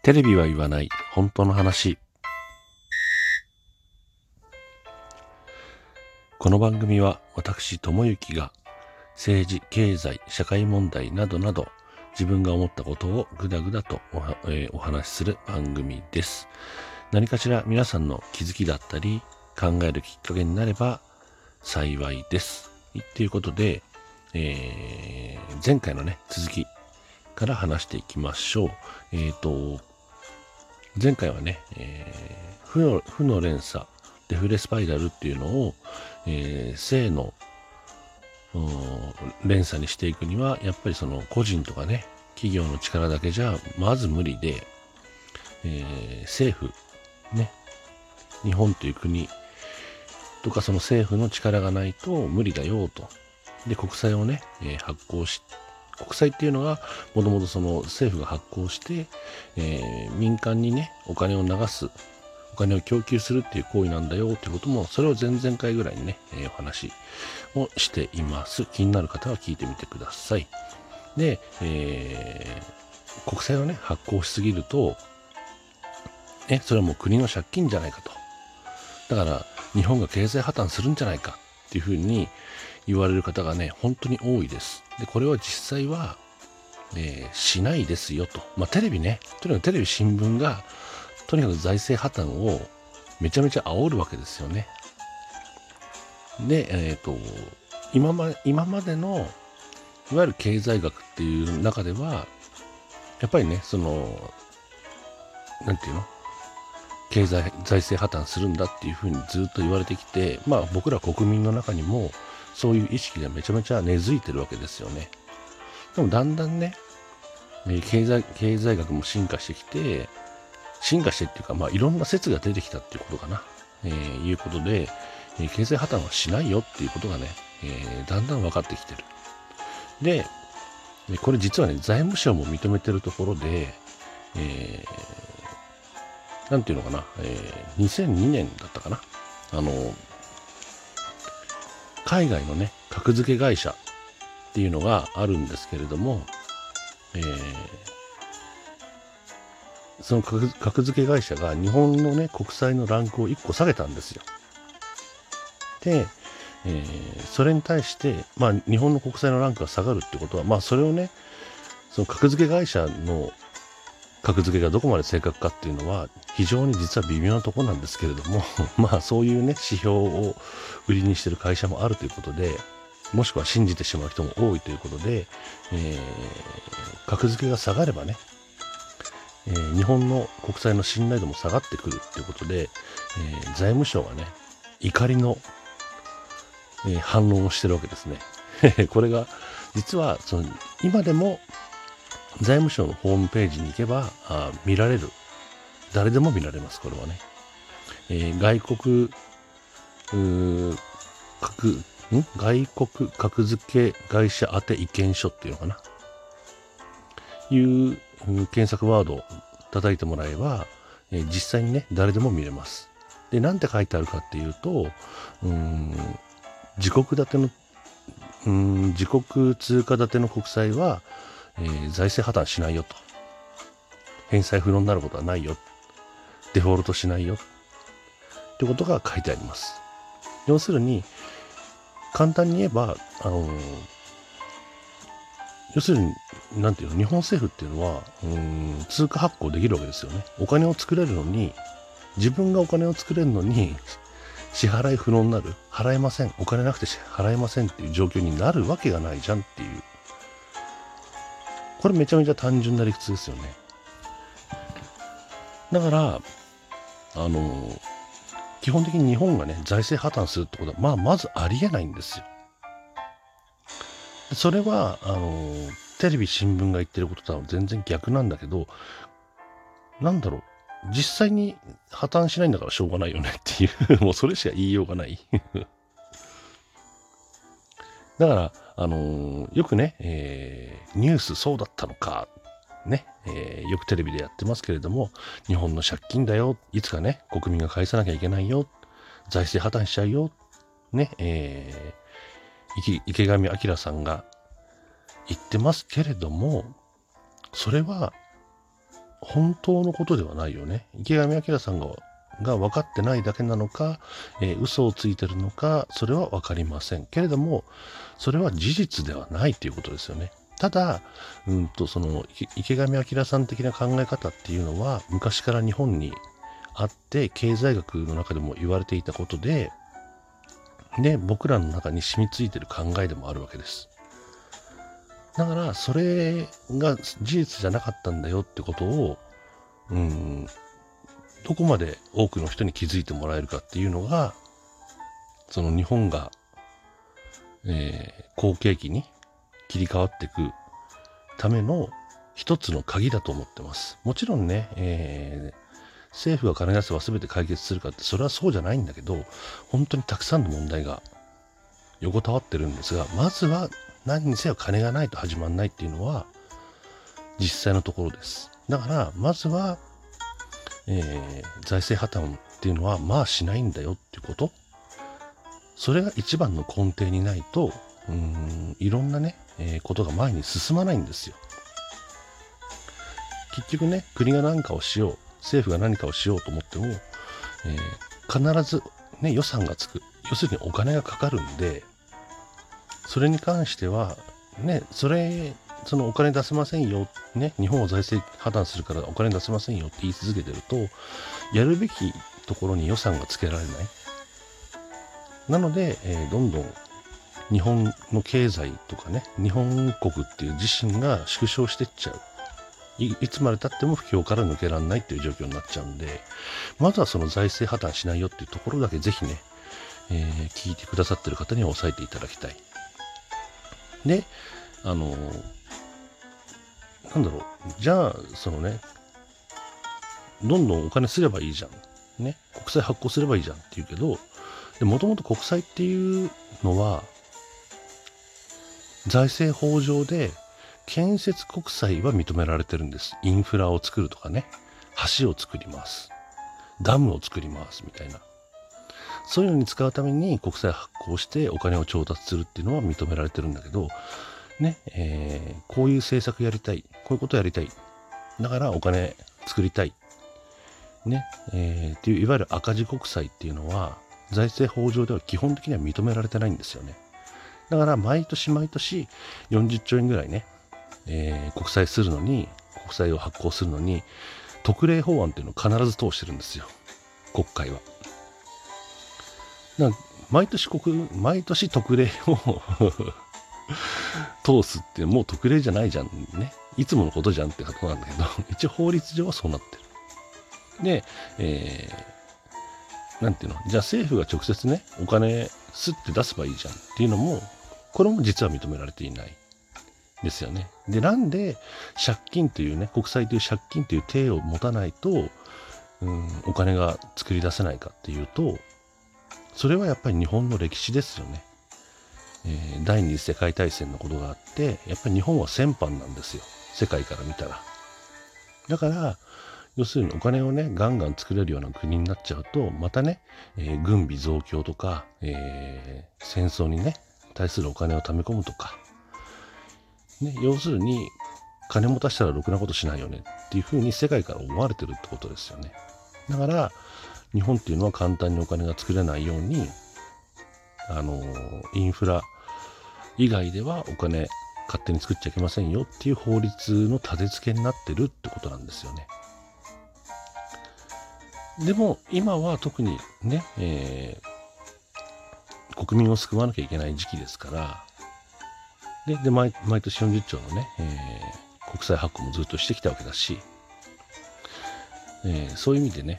テレビは言わない本当の話。この番組は私智之が政治、経済、社会問題などなど自分が思ったことをぐだぐだとお話しする番組です。何かしら皆さんの気づきだったり考えるきっかけになれば幸いです。ということで、前回のね続きから話していきましょう。前回はね、負の連鎖デフレスパイラルっていうのを、正の連鎖にしていくにはやっぱりその個人とかね企業の力だけじゃまず無理で、政府ね日本という国とかその政府の力がないと無理だよと。で国債をね、発行し国債っていうのがもともとその政府が発行して、民間にねお金を流すお金を供給するっていう行為なんだよっていうこともそれを前々回ぐらいにね、お話をしています。気になる方は聞いてみてください。で、国債をね発行しすぎるとそれはもう国の借金じゃないかと。だから日本が経済破綻するんじゃないかっていうふうに言われる方がね本当に多いです。でこれは実際は、しないですよと。テレビねとにかくテレビ新聞がとにかく財政破綻をめちゃめちゃ煽るわけですよね。で、今までのいわゆる経済学っていう中ではやっぱりねそのなんていうの財政破綻するんだっていうふうにずっと言われてきて、僕ら国民の中にもそういう意識がめちゃめちゃ根付いてるわけですよね。でもだんだんね経済学も進化してきてっていうかいろんな説が出てきたっていうことかな、いうことで、経済破綻はしないよっていうことがね、だんだん分かってきてる。でこれ実はね財務省も認めてるところで、なんていうのかな、2002年だったかな、海外のね格付け会社っていうのがあるんですけれども、その格付け会社が日本のね国債のランクを1個下げたんですよ。で、それに対して、日本の国債のランクが下がるってことは、それをねその格付け会社の格付けがどこまで正確かっていうのは非常に実は微妙なところなんですけれどもそういうね指標を売りにしてる会社もあるということで、もしくは信じてしまう人も多いということで、格付けが下がればね、日本の国債の信頼度も下がってくるということで、財務省がね怒りの、反論をしてるわけですねこれが実はその今でも財務省のホームページに行けば見られる。誰でも見られます。これはね、外国格付け会社宛て意見書っていうのかないう検索ワードを叩いてもらえば、実際にね誰でも見れます。でなんて書いてあるかっていうと自国通貨建ての国債は財政破綻しないよと。返済不能になることはないよ。デフォルトしないよ。ってことが書いてあります。要するに、簡単に言えば、要するに、なんていうの、日本政府っていうのは、通貨発行できるわけですよね。お金を作れるのに、自分がお金を作れるのに、支払い不能になる。払えません。お金なくて払えませんっていう状況になるわけがないじゃんっていう。これめちゃめちゃ単純な理屈ですよね。だから基本的に日本がね財政破綻するってことはまずありえないんですよ。それはテレビ新聞が言ってることとは全然逆なんだけど、なんだろう実際に破綻しないんだからしょうがないよねっていうもうそれしか言いようがないだからよくね、ニュースそうだったのかね、よくテレビでやってますけれども、日本の借金だよ、いつかね国民が返さなきゃいけないよ、財政破綻しちゃうよね、池上彰さんが言ってますけれども、それは本当のことではないよね。池上彰さんが分かってないだけなのか、嘘をついてるのか、それは分かりませんけれども、それは事実ではないということですよね。ただ、その池上彰さん的な考え方っていうのは昔から日本にあって、経済学の中でも言われていたことで、僕らの中に染みついている考えでもあるわけです。だからそれが事実じゃなかったんだよってことを、どこまで多くの人に気づいてもらえるかっていうのが、その日本が、好景気に切り替わっていくための一つの鍵だと思ってます。もちろんね、政府が金出せば全て解決するかって、それはそうじゃないんだけど、本当にたくさんの問題が横たわってるんですが、まずは何にせよ金がないと始まらないっていうのは実際のところです。だからまずは、財政破綻っていうのはまあしないんだよっていうこと、それが一番の根底にないと、いろんなね、ことが前に進まないんですよ。結局ね、国が何かをしよう、政府が何かをしようと思っても、必ず、ね、予算がつく、要するにお金がかかるんで、それに関してはね、そのお金出せませんよ、ね、日本を財政破綻するからお金出せませんよって言い続けてると、やるべきところに予算がつけられない。なので、どんどん日本の経済とかね、日本国っていう自身が縮小していっちゃう。いつまで経っても不況から抜けられないっていう状況になっちゃうんで、まずはその財政破綻しないよっていうところだけぜひね、聞いてくださってる方には押さえていただきたい。で、じゃあそのね、どんどんお金すればいいじゃん、ね、国債発行すればいいじゃんって言うけど、もともと国債っていうのは財政法上で建設国債は認められてるんです。インフラを作るとかね、橋を作ります、ダムを作りますみたいな、そういうのに使うために国債発行してお金を調達するっていうのは認められてるんだけどね、こういう政策やりたい、こういうことやりたい、だからお金作りたいね、っていういわゆる赤字国債っていうのは財政法上では基本的には認められてないんですよね。だから毎年毎年40兆円ぐらいね、国債するのに、国債を発行するのに特例法案っていうのを必ず通してるんですよ、国会は。だから毎年特例を通すってもう特例じゃないじゃんね、いつものことじゃんってことなんだけど、一応法律上はそうなってる。で、なんていうの、じゃあ政府が直接ねお金すって出せばいいじゃんっていうのも、これも実は認められていないですよね。で、なんで借金というね、国債という借金という体を持たないと、お金が作り出せないかっていうと、それはやっぱり日本の歴史ですよね。第二次世界大戦のことがあって、やっぱり日本は戦犯なんですよ、世界から見たら。だから要するにお金をねガンガン作れるような国になっちゃうと、またね、軍備増強とか、戦争にね対するお金を貯め込むとか、ね、要するに金持たしたらろくなことしないよねっていうふうに世界から思われてるってことですよね。だから日本っていうのは簡単にお金が作れないように、インフラ以外ではお金勝手に作っちゃいけませんよっていう法律の立て付けになってるってことなんですよね。でも今は特にね、国民を救わなきゃいけない時期ですから、で毎年40兆のね、国債発行もずっとしてきたわけだし、そういう意味でね、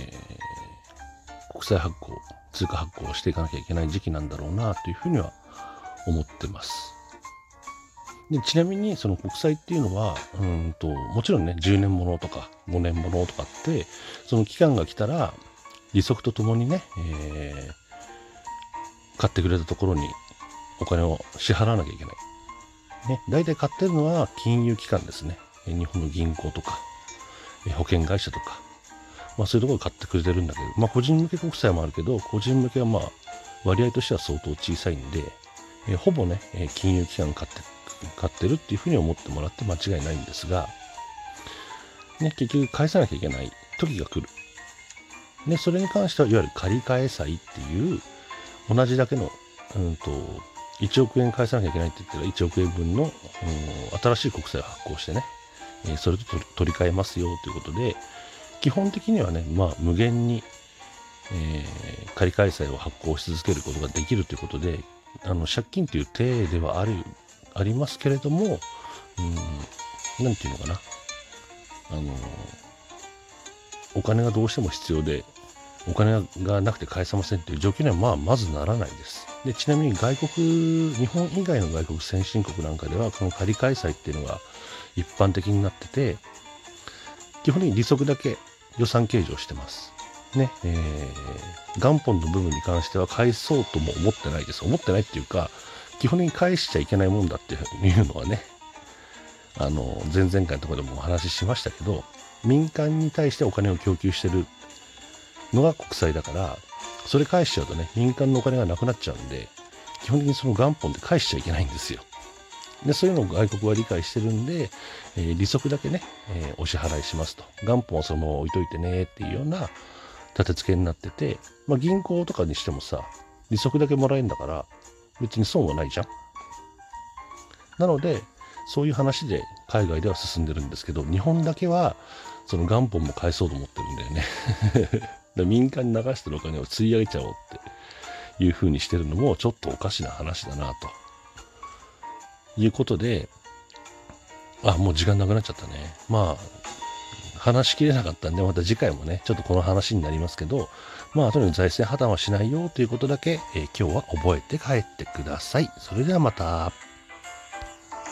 国債発行、通貨発行をしていかなきゃいけない時期なんだろうなというふうには思ってます。でちなみにその国債っていうのはもちろんね10年ものとか5年ものとかって、その期間が来たら利息とともにね、買ってくれたところにお金を支払わなきゃいけない、ね、大体買ってるのは金融機関ですね。日本の銀行とか保険会社とか、そういうところ買ってくれてるんだけど、個人向け国債もあるけど、個人向けは割合としては相当小さいんで、ほぼね金融機関買ってるっていうふうに思ってもらって間違いないんですが、 ね、結局返さなきゃいけない時が来る。で、それに関しては、いわゆる借り換え債っていう、同じだけの、1億円返さなきゃいけないって言ったら、1億円分の、新しい国債を発行してね、それと取り替えますよということで、基本的にはね、無限に、借り換え債を発行し続けることができるということで、借金という体ではありますけれども、なんていうのかな、お金がどうしても必要で、お金がなくて返せませんという状況にはまずならないです。で、ちなみに日本以外の外国先進国なんかでは、この借り換え債っていうのが一般的になってて、基本的に利息だけ予算計上してます。ね、元本の部分に関しては返そうとも思ってないです。思ってないっていうか、基本的に返しちゃいけないもんだっていうのはね、前々回のところでもお話ししましたけど、民間に対してお金を供給してるのが国債だから、それ返しちゃうとね、民間のお金がなくなっちゃうんで、基本的にその元本で返しちゃいけないんですよ。で、そういうのを外国は理解してるんで、利息だけね、お支払いしますと。元本をそのまま置いといてねっていうような立て付けになってて、銀行とかにしてもさ、利息だけもらえるんだから、別に損はないじゃん。なので、そういう話で海外では進んでるんですけど、日本だけはその元本も返そうと思ってるんだよね。で、民間に流してるお金を吸い上げちゃおうっていう風にしてるのもちょっとおかしな話だなということで、もう時間なくなっちゃったね。話しきれなかったんで、また次回もね、ちょっとこの話になりますけど、とにかく財政破綻はしないよということだけ、今日は覚えて帰ってください。それではまた。